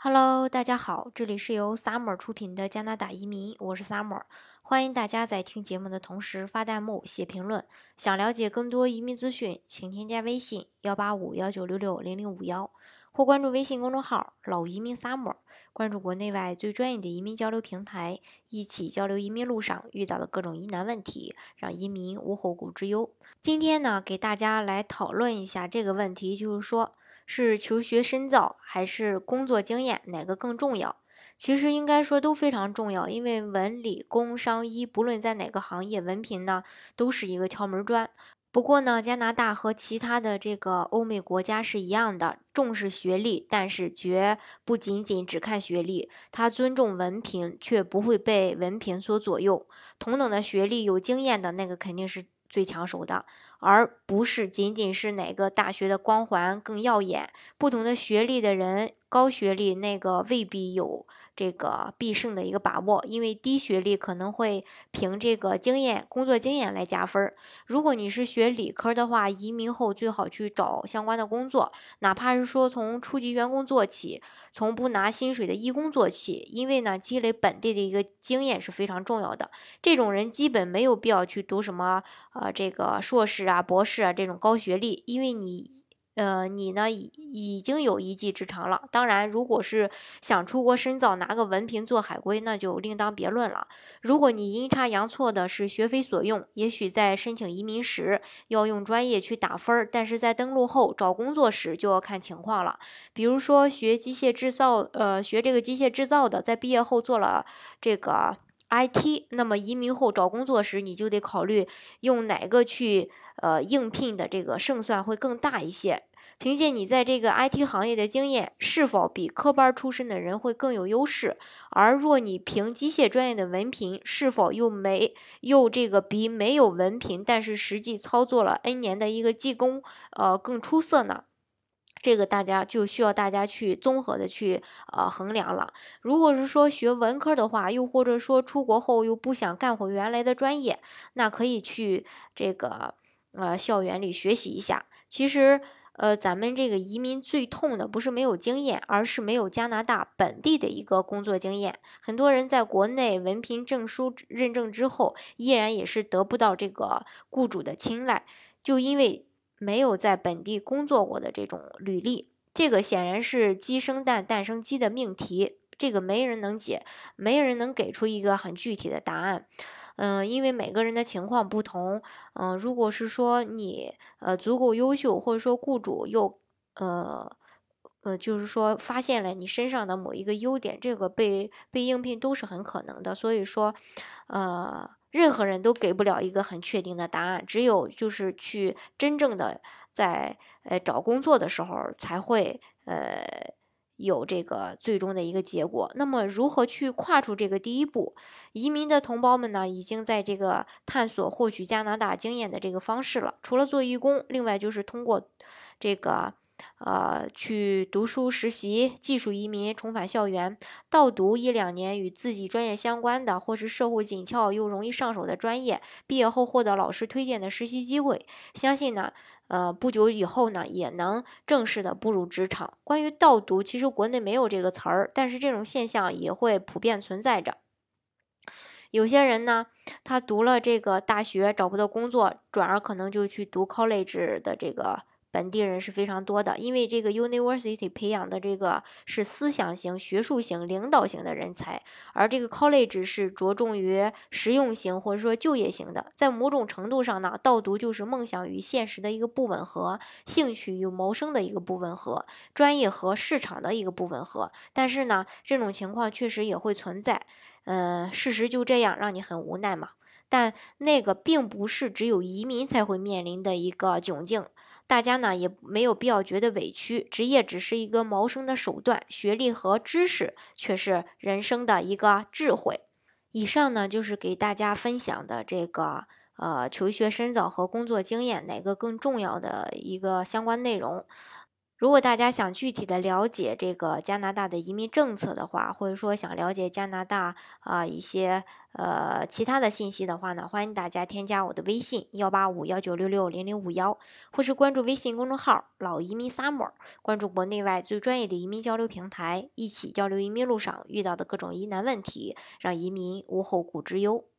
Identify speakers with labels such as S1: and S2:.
S1: Hello，大家好，这里是由 Summer 出品的加拿大移民，我是 Summer，欢迎大家在听节目的同时发弹幕、写评论。想了解更多移民资讯，请添加微信18519660051，或关注微信公众号老移民 Summer，关注国内外最专业的移民交流平台，一起交流移民路上遇到的各种疑难问题，让移民无后顾之忧。今天呢，给大家来讨论一下这个问题，就是说，是求学深造还是工作经验，哪个更重要？其实应该说都非常重要，因为文理工商医，不论在哪个行业，文凭呢都是一个敲门砖。不过呢，加拿大和其他的这个欧美国家是一样的，重视学历，但是绝不仅仅只看学历，他尊重文凭，却不会被文凭所左右。同等的学历，有经验的那个肯定是最抢手的，而不是仅仅是哪个大学的光环更耀眼。不同的学历的人，高学历那个未必有这个必胜的一个把握，因为低学历可能会凭这个经验、工作经验来加分。如果你是学理科的话，移民后最好去找相关的工作，哪怕是说从初级员工做起，从不拿薪水的义工做起，因为呢，积累本地的一个经验是非常重要的。这种人基本没有必要去读什么这个硕士啊、博士啊这种高学历，因为你呢已经有一技之长了。当然，如果是想出国深造，拿个文凭做海归，那就另当别论了。如果你阴差阳错的是学非所用，也许在申请移民时要用专业去打分，但是在登录后找工作时就要看情况了。比如说学机械制造，学这个机械制造的，在毕业后做了这个IT，那么移民后找工作时，你就得考虑用哪个去应聘的这个胜算会更大一些。凭借你在这个 IT 行业的经验，是否比科班出身的人会更有优势？而若你凭机械专业的文凭，是否又这个比没有文凭但是实际操作了 N 年的一个技工更出色呢？这个大家就需要大家去综合的去衡量了。如果是说学文科的话，又或者说出国后又不想干回原来的专业，那可以去这个校园里学习一下。其实咱们这个移民最痛的不是没有经验，而是没有加拿大本地的一个工作经验。很多人在国内文凭证书认证之后，依然也是得不到这个雇主的青睐，就因为没有在本地工作过的这种履历。这个显然是鸡生蛋，蛋生鸡的命题，这个没人能解，没人能给出一个很具体的答案。因为每个人的情况不同，如果是说你足够优秀，或者说雇主又就是说发现了你身上的某一个优点，这个被应聘都是很可能的。所以说，任何人都给不了一个很确定的答案，只有就是去真正的在找工作的时候才会有这个最终的一个结果。那么如何去跨出这个第一步？移民的同胞们呢，已经在这个探索获取加拿大经验的这个方式了。除了做义工，另外就是通过这个去读书实习、技术移民、重返校园，倒读1-2年与自己专业相关的，或是社会紧俏又容易上手的专业，毕业后获得老师推荐的实习机会。相信呢，不久以后呢，也能正式的步入职场。关于倒读，其实国内没有这个词儿，但是这种现象也会普遍存在着。有些人呢，他读了这个大学找不到工作，转而可能就去读 college 的这个本地人是非常多的，因为这个 university 培养的这个是思想型、学术型、领导型的人才，而这个 college 是着重于实用型或者说就业型的。在某种程度上呢，倒读就是梦想与现实的一个不吻合，兴趣与谋生的一个不吻合，专业和市场的一个不吻合。但是呢，这种情况确实也会存在。事实就这样，让你很无奈嘛。但那个并不是只有移民才会面临的一个窘境，大家呢也没有必要觉得委屈，职业只是一个谋生的手段，学历和知识却是人生的一个智慧。以上呢就是给大家分享的这个求学深造和工作经验哪个更重要的一个相关内容。 如果大家想具体的了解这个加拿大的移民政策的话，或者说想了解加拿大一些其他的信息的话呢，欢迎大家添加我的微信18519660051，或是关注微信公众号老移民 Summer， 关注国内外最专业的移民交流平台，一起交流移民路上遇到的各种疑难问题，让移民无后顾之忧。